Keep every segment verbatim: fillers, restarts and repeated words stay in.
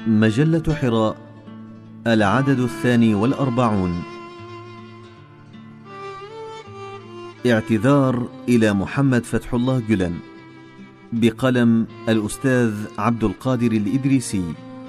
مجلة حراء، العدد الثاني والأربعون. اعتذار إلى محمد فتح الله جلن، بقلم الأستاذ عبد القادر الإدريسي.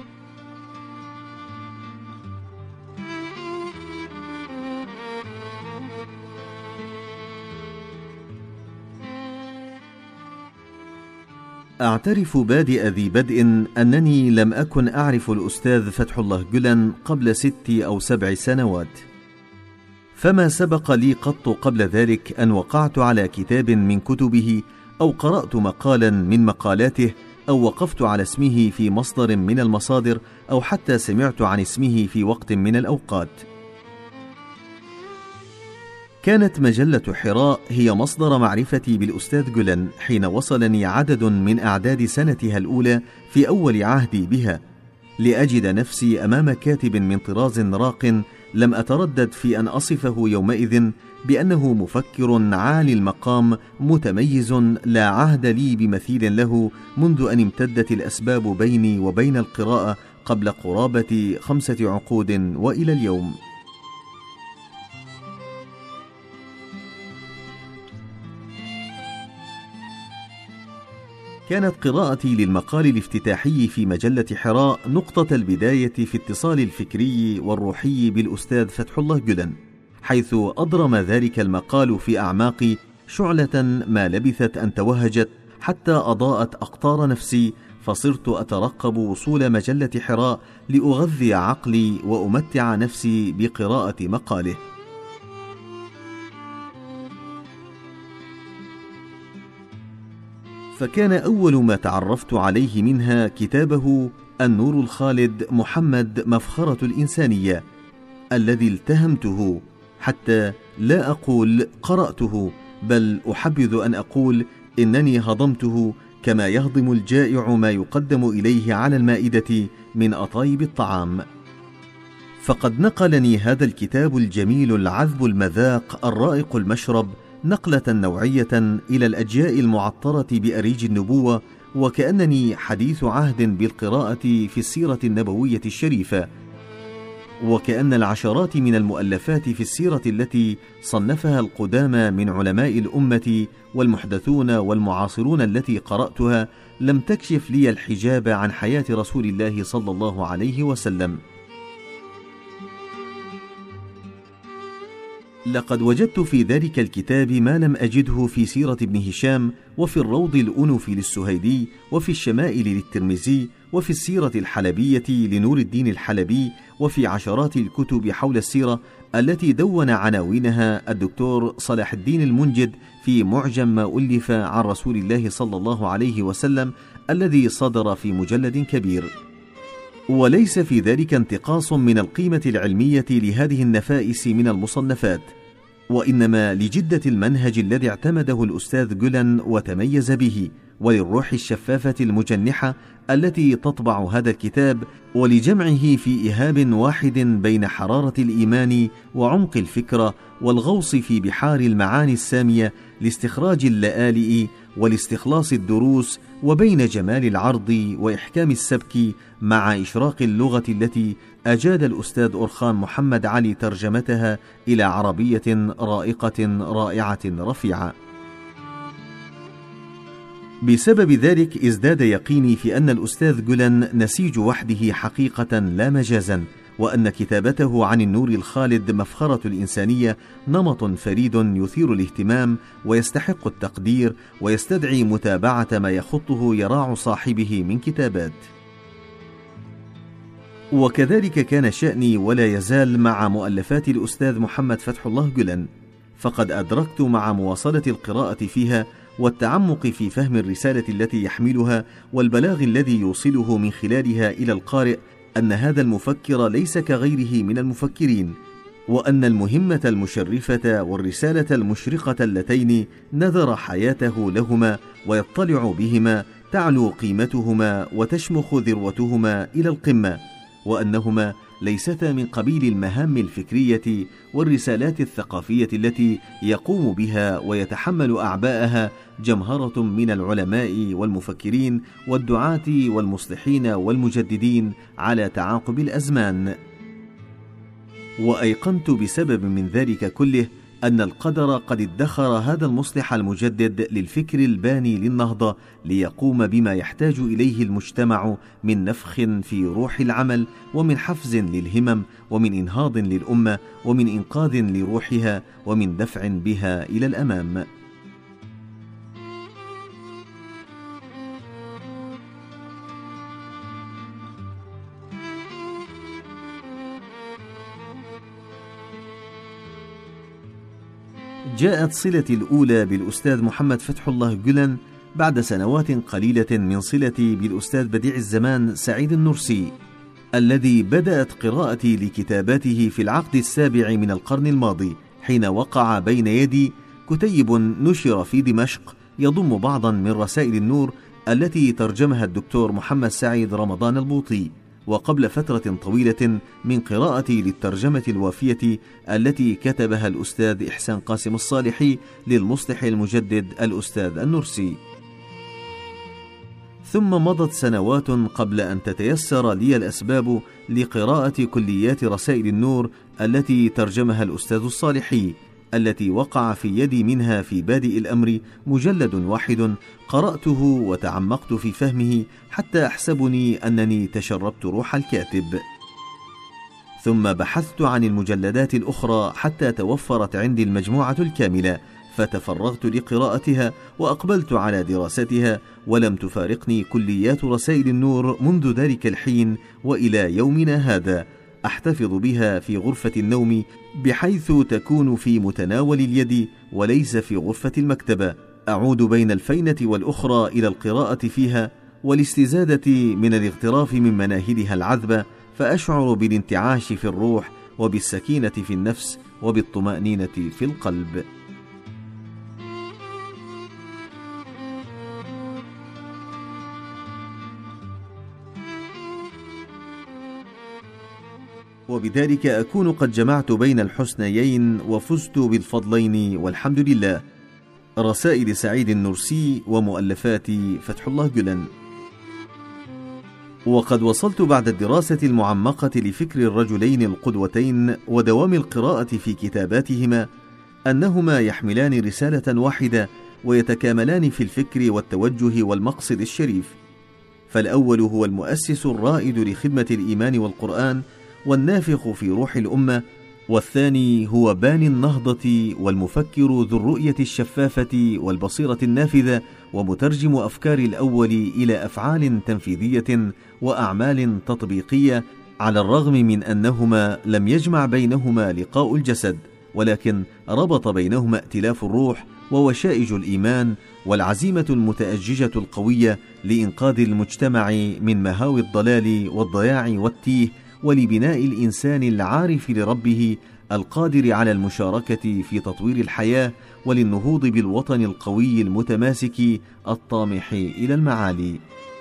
أعترف بادئ ذي بدء أنني لم أكن أعرف الأستاذ فتح الله جلن قبل ست أو سبع سنوات، فما سبق لي قط قبل ذلك أن وقعت على كتاب من كتبه، أو قرأت مقالا من مقالاته، أو وقفت على اسمه في مصدر من المصادر، أو حتى سمعت عن اسمه في وقت من الأوقات. كانت مجلة حراء هي مصدر معرفتي بالأستاذ جلن حين وصلني عدد من أعداد سنتها الأولى في أول عهدي بها، لأجد نفسي أمام كاتب من طراز راق لم أتردد في أن أصفه يومئذ بأنه مفكر عالي المقام متميز لا عهد لي بمثيل له منذ أن امتدت الأسباب بيني وبين القراءة قبل قرابة خمسة عقود وإلى اليوم. كانت قراءتي للمقال الافتتاحي في مجلة حراء نقطة البداية في اتصال الفكري والروحي بالأستاذ فتح الله جلن، حيث أضرم ذلك المقال في أعماقي شعلة ما لبثت أن توهجت حتى أضاءت أقطار نفسي، فصرت أترقب وصول مجلة حراء لأغذي عقلي وأمتع نفسي بقراءة مقاله. فكان أول ما تعرفت عليه منها كتابه النور الخالد محمد مفخرة الإنسانية، الذي التهمته، حتى لا أقول قرأته، بل أحبذ أن أقول إنني هضمته كما يهضم الجائع ما يقدم إليه على المائدة من أطايب الطعام. فقد نقلني هذا الكتاب الجميل العذب المذاق الرائق المشرب نقلة نوعية إلى الأجياء المعطرة بأريج النبوة، وكأنني حديث عهد بالقراءة في السيرة النبوية الشريفة، وكأن العشرات من المؤلفات في السيرة التي صنفها القدامى من علماء الأمة والمحدثون والمعاصرون التي قرأتها لم تكشف لي الحجاب عن حياة رسول الله صلى الله عليه وسلم. لقد وجدت في ذلك الكتاب ما لم أجده في سيرة ابن هشام، وفي الروض الأنفي للسهيدي، وفي الشمائل للترمذي، وفي السيرة الحلبية لنور الدين الحلبي، وفي عشرات الكتب حول السيرة التي دون عناوينها الدكتور صلاح الدين المنجد في معجم ما ألف عن رسول الله صلى الله عليه وسلم الذي صدر في مجلد كبير. وليس في ذلك انتقاص من القيمة العلمية لهذه النفائس من المصنفات، وإنما لجدة المنهج الذي اعتمده الأستاذ جلن وتميز به، وللروح الشفافة المجنحة التي تطبع هذا الكتاب، ولجمعه في إيهاب واحد بين حرارة الإيمان وعمق الفكرة والغوص في بحار المعاني السامية لاستخراج اللآلئ ولاستخلاص الدروس، وبين جمال العرض وإحكام السبك مع إشراق اللغة التي أجاد الأستاذ أرخان محمد علي ترجمتها إلى عربية رائقة رائعة رفيعة. بسبب ذلك ازداد يقيني في أن الأستاذ جلن نسيج وحده حقيقة لا مجازا، وأن كتابته عن النور الخالد مفخرة الإنسانية نمط فريد يثير الاهتمام ويستحق التقدير، ويستدعي متابعة ما يخطه يراع صاحبه من كتابات. وكذلك كان شأني ولا يزال مع مؤلفات الأستاذ محمد فتح الله جلن، فقد أدركت مع مواصلة القراءة فيها والتعمق في فهم الرسالة التي يحملها والبلاغ الذي يوصله من خلالها إلى القارئ أن هذا المفكر ليس كغيره من المفكرين، وأن المهمة المشرفة والرسالة المشرقة اللتين نذر حياته لهما ويطلع بهما تعلو قيمتهما وتشمخ ذروتهما إلى القمة، وأنهما ليستا من قبيل المهام الفكرية والرسالات الثقافية التي يقوم بها ويتحمل أعباءها جمهرة من العلماء والمفكرين والدعاة والمصلحين والمجددين على تعاقب الأزمان. وأيقنت بسبب من ذلك كله أن القدر قد ادخر هذا المصلح المجدد للفكر الباني للنهضة ليقوم بما يحتاج إليه المجتمع من نفخ في روح العمل، ومن حفز للهمم، ومن إنهاض للأمة، ومن إنقاذ لروحها، ومن دفع بها إلى الأمام. جاءت صلتي الأولى بالأستاذ محمد فتح الله جولان بعد سنوات قليلة من صلتي بالأستاذ بديع الزمان سعيد النرسي، الذي بدأت قراءتي لكتاباته في العقد السابع من القرن الماضي، حين وقع بين يدي كتيب نشر في دمشق يضم بعضا من رسائل النور التي ترجمها الدكتور محمد سعيد رمضان البوطي، وقبل فترة طويلة من قراءتي للترجمة الوافية التي كتبها الأستاذ إحسان قاسم الصالحي للمصلح المجدد الأستاذ النرسي. ثم مضت سنوات قبل أن تتيسر لي الأسباب لقراءة كليات رسائل النور التي ترجمها الأستاذ الصالحي، التي وقع في يدي منها في بادئ الأمر مجلد واحد قرأته وتعمقت في فهمه حتى أحسبني أنني تشربت روح الكاتب. ثم بحثت عن المجلدات الأخرى حتى توفرت عندي المجموعة الكاملة، فتفرغت لقراءتها وأقبلت على دراستها، ولم تفارقني كليات رسائل النور منذ ذلك الحين وإلى يومنا هذا. أحتفظ بها في غرفة النوم بحيث تكون في متناول اليد وليس في غرفة المكتبة. أعود بين الفينة والأخرى إلى القراءة فيها والاستزادة من الاغتراف من مناهلها العذبة، فأشعر بالانتعاش في الروح وبالسكينة في النفس وبالطمأنينة في القلب. وبذلك أكون قد جمعت بين الحسنيين وفزت بالفضلين والحمد لله. رسائل سعيد النرسي ومؤلفات فتح الله جولان. وقد وصلت بعد الدراسة المعمقة لفكر الرجلين القدوتين ودوام القراءة في كتاباتهما أنهما يحملان رسالة واحدة ويتكاملان في الفكر والتوجه والمقصد الشريف. فالأول هو المؤسس الرائد لخدمة الإيمان والقرآن والنافخ في روح الأمة، والثاني هو باني النهضة والمفكر ذو الرؤية الشفافة والبصيرة النافذة ومترجم أفكار الأول إلى أفعال تنفيذية وأعمال تطبيقية، على الرغم من أنهما لم يجمع بينهما لقاء الجسد، ولكن ربط بينهما ائتلاف الروح ووشائج الإيمان والعزيمة المتأججة القوية لإنقاذ المجتمع من مهاوي الضلال والضياع والتيه، ولبناء الإنسان العارف لربه القادر على المشاركة في تطوير الحياة، وللنهوض بالوطن القوي المتماسك الطامح إلى المعالي.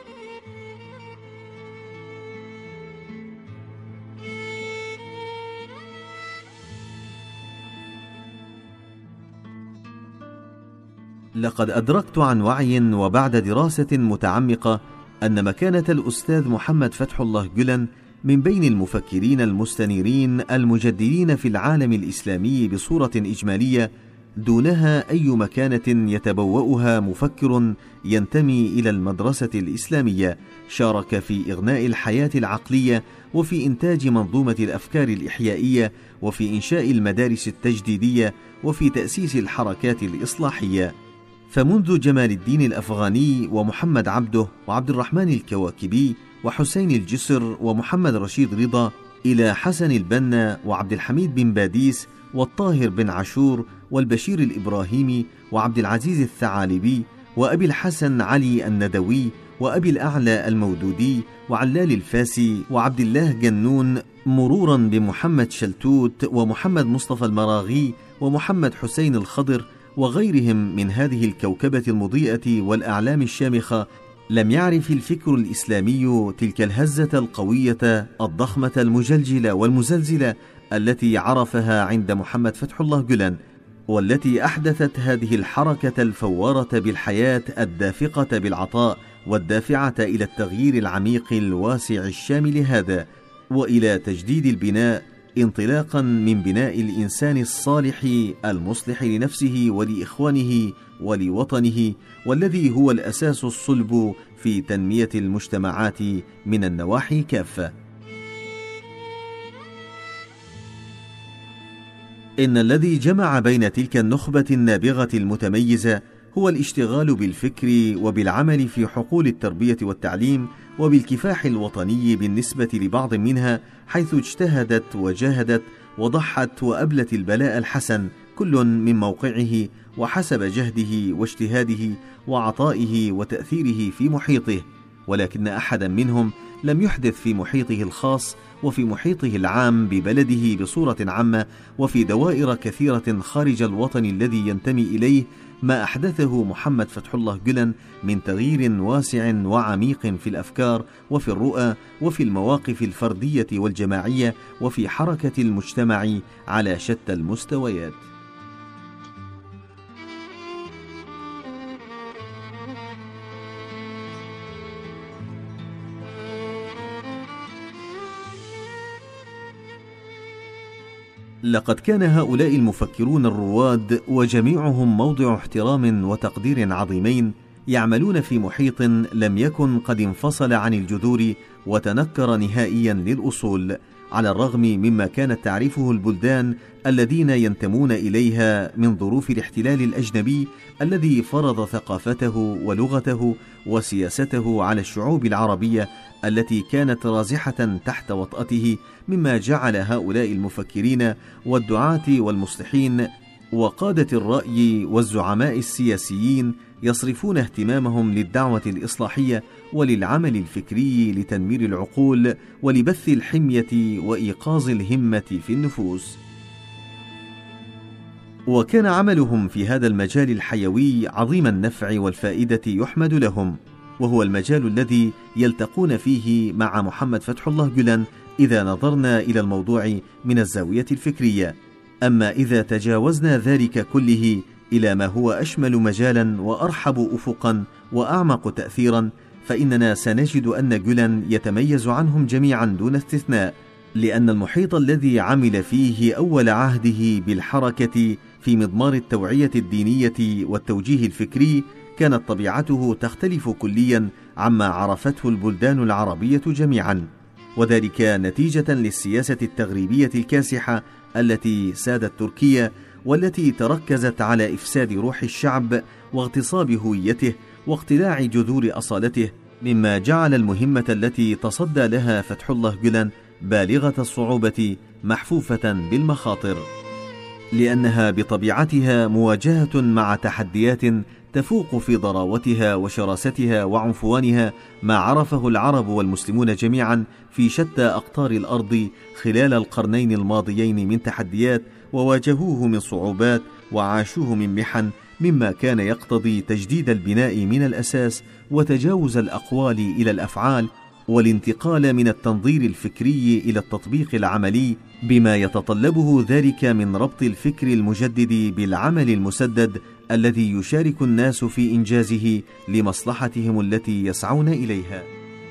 لقد أدركت عن وعي وبعد دراسة متعمقة أن مكانة الأستاذ محمد فتح الله جولان من بين المفكرين المستنيرين المجددين في العالم الإسلامي بصورة إجمالية دونها أي مكانة يتبوأها مفكر ينتمي إلى المدرسة الإسلامية، شارك في إغناء الحياة العقلية وفي إنتاج منظومة الأفكار الإحيائية وفي إنشاء المدارس التجديدية وفي تأسيس الحركات الإصلاحية. فمنذ جمال الدين الأفغاني ومحمد عبده وعبد الرحمن الكواكبي وحسين الجسر ومحمد رشيد رضا إلى حسن البنا وعبد الحميد بن باديس والطاهر بن عاشور والبشير الإبراهيمي وعبد العزيز الثعالبي وأبي الحسن علي الندوي وأبي الأعلى المودودي وعلال الفاسي وعبد الله جنون، مرورا بمحمد شلتوت ومحمد مصطفى المراغي ومحمد حسين الخضر وغيرهم من هذه الكوكبة المضيئة والأعلام الشامخة، لم يعرف الفكر الإسلامي تلك الهزة القوية الضخمة المجلجلة والمزلزلة التي عرفها عند محمد فتح الله جولان، والتي أحدثت هذه الحركة الفوارة بالحياة الدافقة بالعطاء والدافعة إلى التغيير العميق الواسع الشامل هذا، وإلى تجديد البناء انطلاقا من بناء الإنسان الصالح المصلح لنفسه ولإخوانه ولوطنه، والذي هو الأساس الصلب في تنمية المجتمعات من النواحي كافة. إن الذي جمع بين تلك النخبة النابغة المتميزة هو الاشتغال بالفكر وبالعمل في حقول التربية والتعليم وبالكفاح الوطني بالنسبة لبعض منها، حيث اجتهدت وجاهدت وضحت وأبلت البلاء الحسن كل من موقعه وحسب جهده واجتهاده وعطائه وتأثيره في محيطه، ولكن أحدا منهم لم يحدث في محيطه الخاص وفي محيطه العام ببلده بصورة عامة وفي دوائر كثيرة خارج الوطن الذي ينتمي إليه ما أحدثه محمد فتح الله جولان من تغيير واسع وعميق في الأفكار وفي الرؤى وفي المواقف الفردية والجماعية وفي حركة المجتمع على شتى المستويات. لقد كان هؤلاء المفكرون الرواد وجميعهم موضع احترام وتقدير عظيمين، يعملون في محيط لم يكن قد انفصل عن الجذور وتنكر نهائيا للأصول، على الرغم مما كانت تعرفه البلدان الذين ينتمون إليها من ظروف الاحتلال الأجنبي الذي فرض ثقافته ولغته وسياسته على الشعوب العربية التي كانت رازحة تحت وطأته، مما جعل هؤلاء المفكرين والدعاة والمصلحين وقادة الرأي والزعماء السياسيين يصرفون اهتمامهم للدعوة الإصلاحية وللعمل الفكري لتنمير العقول ولبث الحمية وإيقاظ الهمة في النفوس. وكان عملهم في هذا المجال الحيوي عظيم النفع والفائدة يحمد لهم، وهو المجال الذي يلتقون فيه مع محمد فتح الله جولان إذا نظرنا إلى الموضوع من الزاوية الفكرية. أما إذا تجاوزنا ذلك كله إلى ما هو أشمل مجالا وأرحب أفقا وأعمق تأثيرا، فإننا سنجد أن جولان يتميز عنهم جميعا دون استثناء، لأن المحيط الذي عمل فيه أول عهده بالحركة في مضمار التوعية الدينية والتوجيه الفكري كانت طبيعته تختلف كليا عما عرفته البلدان العربية جميعا، وذلك نتيجة للسياسة التغريبية الكاسحة التي سادت تركيا، والتي تركزت على إفساد روح الشعب واغتصاب هويته واقتلاع جذور أصالته، مما جعل المهمة التي تصدى لها فتح الله جولان بالغة الصعوبة محفوفة بالمخاطر، لأنها بطبيعتها مواجهة مع تحديات تفوق في ضراوتها وشراستها وعنفوانها ما عرفه العرب والمسلمون جميعا في شتى أقطار الأرض خلال القرنين الماضيين من تحديات، وواجهوه من صعوبات وعاشوه من محن، مما كان يقتضي تجديد البناء من الأساس وتجاوز الأقوال إلى الأفعال، والانتقال من التنظير الفكري إلى التطبيق العملي، بما يتطلبه ذلك من ربط الفكر المجدد بالعمل المسدد الذي يشارك الناس في إنجازه لمصلحتهم التي يسعون إليها.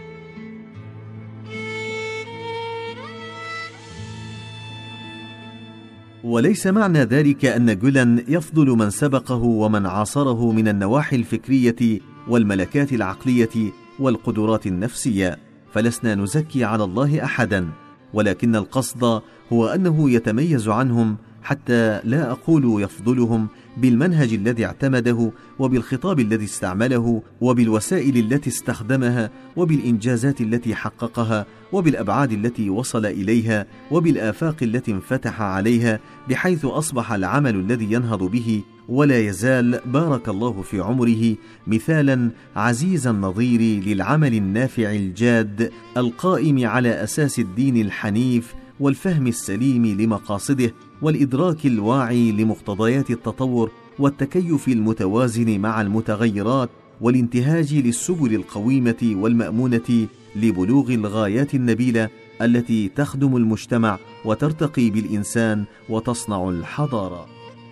وليس معنى ذلك أن جولان يفضل من سبقه ومن عاصره من النواحي الفكرية والملكات العقلية والقدرات النفسية، فلسنا نزكي على الله أحدا، ولكن القصد هو أنه يتميز عنهم، حتى لا أقول يفضلهم، بالمنهج الذي اعتمده وبالخطاب الذي استعمله وبالوسائل التي استخدمها وبالإنجازات التي حققها وبالأبعاد التي وصل إليها وبالآفاق التي انفتح عليها، بحيث أصبح العمل الذي ينهض به ولا يزال بارك الله في عمره مثالا عزيز النظير للعمل النافع الجاد القائم على أساس الدين الحنيف والفهم السليم لمقاصده والإدراك الواعي لمقتضيات التطور والتكيف المتوازن مع المتغيرات والانتهاج للسبل القويمة والمأمونة لبلوغ الغايات النبيلة التي تخدم المجتمع وترتقي بالإنسان وتصنع الحضارة.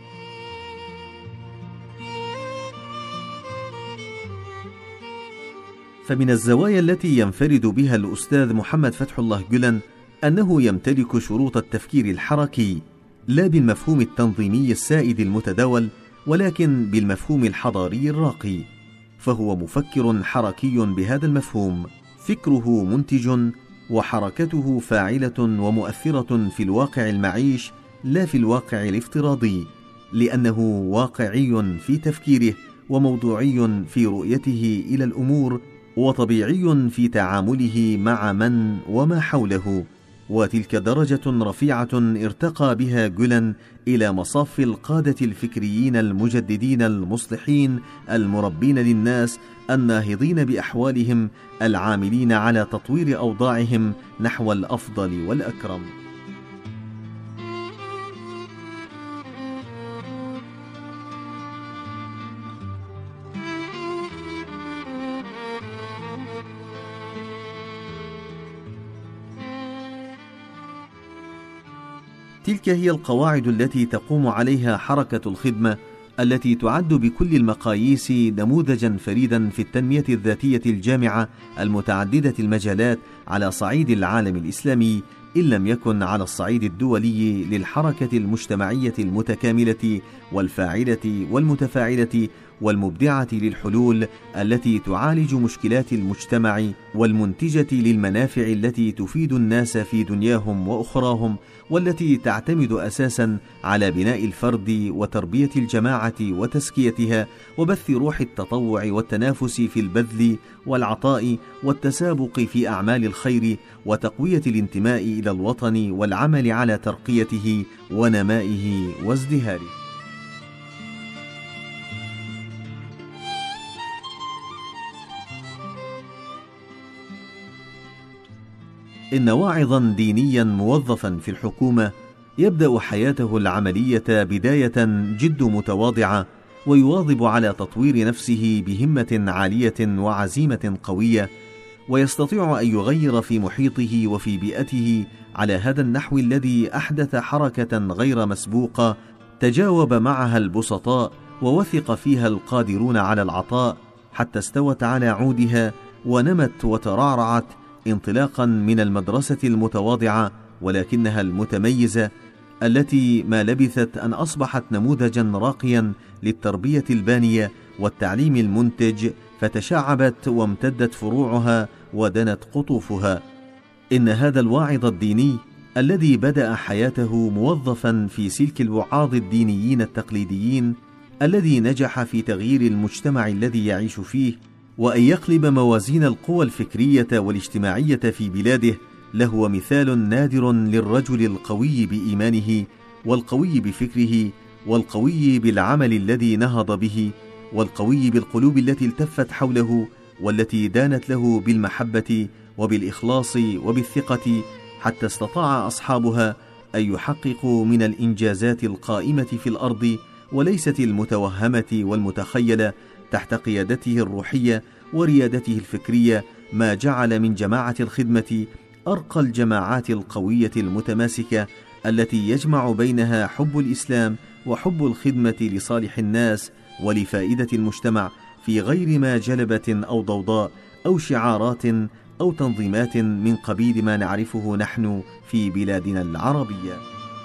فمن الزوايا التي ينفرد بها الأستاذ محمد فتح الله جلن أنه يمتلك شروط التفكير الحركي، لا بالمفهوم التنظيمي السائد المتداول، ولكن بالمفهوم الحضاري الراقي، فهو مفكر حركي بهذا المفهوم، فكره منتج وحركته فاعلة ومؤثرة في الواقع المعيش لا في الواقع الافتراضي، لأنه واقعي في تفكيره وموضوعي في رؤيته إلى الأمور وطبيعي في تعامله مع من وما حوله. وتلك درجة رفيعة ارتقى بها جلن إلى مصاف القادة الفكريين المجددين المصلحين المربين للناس الناهضين بأحوالهم العاملين على تطوير أوضاعهم نحو الأفضل والأكرم. تلك هي القواعد التي تقوم عليها حركة الخدمة، التي تعد بكل المقاييس نموذجا فريدا في التنمية الذاتية الجامعة المتعددة المجالات على صعيد العالم الإسلامي، إن لم يكن على الصعيد الدولي، للحركة المجتمعية المتكاملة والفاعلة والمتفاعلة والمبدعة للحلول التي تعالج مشكلات المجتمع والمنتجة للمنافع التي تفيد الناس في دنياهم وأخراهم، والتي تعتمد أساسا على بناء الفرد وتربية الجماعة وتزكيتها وبث روح التطوع والتنافس في البذل والعطاء والتسابق في أعمال الخير وتقوية الانتماء إلى الوطن والعمل على ترقيته ونمائه وازدهاره. إن واعظا دينيا موظفا في الحكومة يبدأ حياته العملية بداية جد متواضعة، ويواظب على تطوير نفسه بهمة عالية وعزيمة قوية، ويستطيع أن يغير في محيطه وفي بيئته على هذا النحو الذي أحدث حركة غير مسبوقة تجاوب معها البسطاء ووثق فيها القادرون على العطاء، حتى استوت على عودها ونمت وترعرعت انطلاقا من المدرسة المتواضعة ولكنها المتميزة، التي ما لبثت أن أصبحت نموذجا راقيا للتربية البانية والتعليم المنتج، فتشعبت وامتدت فروعها ودنت قطوفها. إن هذا الواعظ الديني الذي بدأ حياته موظفا في سلك الوعاظ الدينيين التقليديين، الذي نجح في تغيير المجتمع الذي يعيش فيه وأن يقلب موازين القوى الفكرية والاجتماعية في بلاده، لهو مثال نادر للرجل القوي بإيمانه والقوي بفكره والقوي بالعمل الذي نهض به والقوي بالقلوب التي التفت حوله والتي دانت له بالمحبة وبالإخلاص وبالثقة، حتى استطاع أصحابها أن يحققوا من الإنجازات القائمة في الأرض وليست المتوهمة والمتخيلة تحت قيادته الروحية وريادته الفكرية ما جعل من جماعة الخدمة أرقى الجماعات القوية المتماسكة، التي يجمع بينها حب الإسلام وحب الخدمة لصالح الناس ولفائدة المجتمع، في غير ما جلبة أو ضوضاء أو شعارات أو تنظيمات من قبيل ما نعرفه نحن في بلادنا العربية.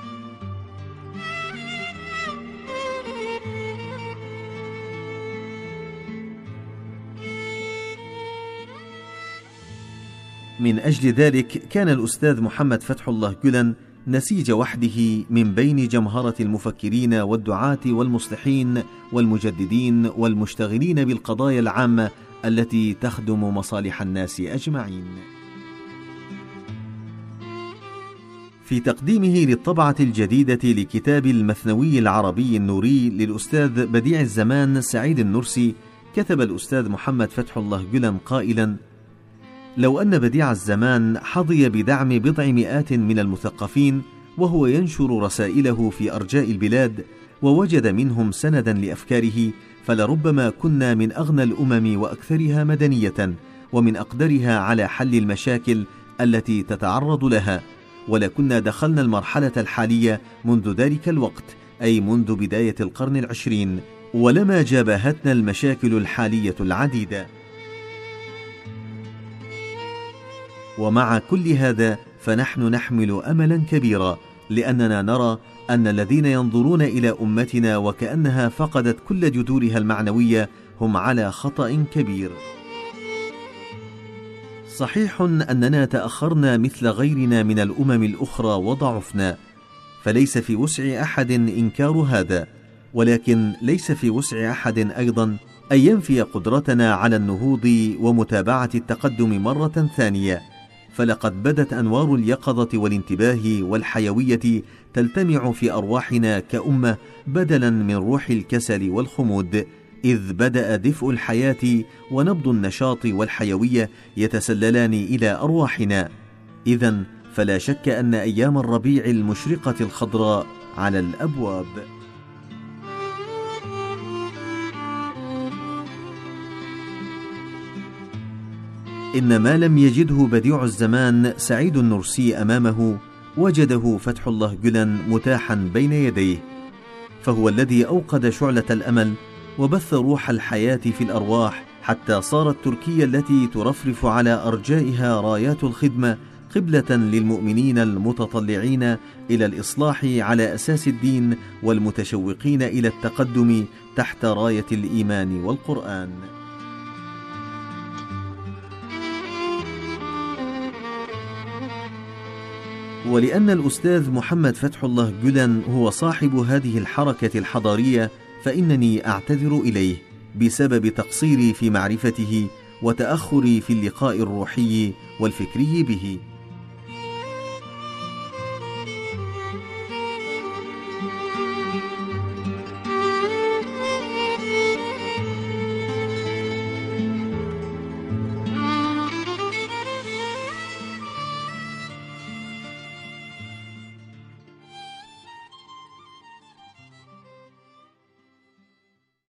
من أجل ذلك كان الأستاذ محمد فتح الله جلن نسيج وحده من بين جمهرة المفكرين والدعاة والمصلحين والمجددين والمشتغلين بالقضايا العامة التي تخدم مصالح الناس أجمعين. في تقديمه للطبعة الجديدة لكتاب المثنوي العربي النوري للأستاذ بديع الزمان سعيد النرسي، كتب الأستاذ محمد فتح الله جلن قائلا: لو أن بديع الزمان حظي بدعم بضع مئات من المثقفين وهو ينشر رسائله في أرجاء البلاد ووجد منهم سندا لأفكاره، فلربما كنا من أغنى الأمم وأكثرها مدنية ومن أقدرها على حل المشاكل التي تتعرض لها، ولكنا دخلنا المرحلة الحالية منذ ذلك الوقت، أي منذ بداية القرن العشرين، ولما جابهتنا المشاكل الحالية العديدة. ومع كل هذا فنحن نحمل أملا كبيرا، لأننا نرى أن الذين ينظرون إلى أمتنا وكأنها فقدت كل جذورها المعنوية هم على خطأ كبير. صحيح أننا تأخرنا مثل غيرنا من الأمم الأخرى وضعفنا، فليس في وسع أحد إنكار هذا، ولكن ليس في وسع أحد أيضا أن ينفي قدرتنا على النهوض ومتابعة التقدم مرة ثانية، فلقد بدت أنوار اليقظة والانتباه والحيوية تلتمع في أرواحنا كأمة بدلا من روح الكسل والخمود، إذ بدأ دفء الحياة ونبض النشاط والحيوية يتسللان إلى أرواحنا. إذن فلا شك أن أيام الربيع المشرقة الخضراء على الأبواب. إن ما لم يجده بديع الزمان سعيد النرسي أمامه وجده فتح الله جولان متاحا بين يديه، فهو الذي أوقد شعلة الأمل وبث روح الحياة في الأرواح، حتى صارت تركيا التي ترفرف على أرجائها رايات الخدمة قبلة للمؤمنين المتطلعين إلى الإصلاح على أساس الدين والمتشوقين إلى التقدم تحت راية الإيمان والقرآن. ولأن الأستاذ محمد فتح الله جولان هو صاحب هذه الحركة الحضارية، فإنني أعتذر إليه بسبب تقصيري في معرفته وتأخري في اللقاء الروحي والفكري به.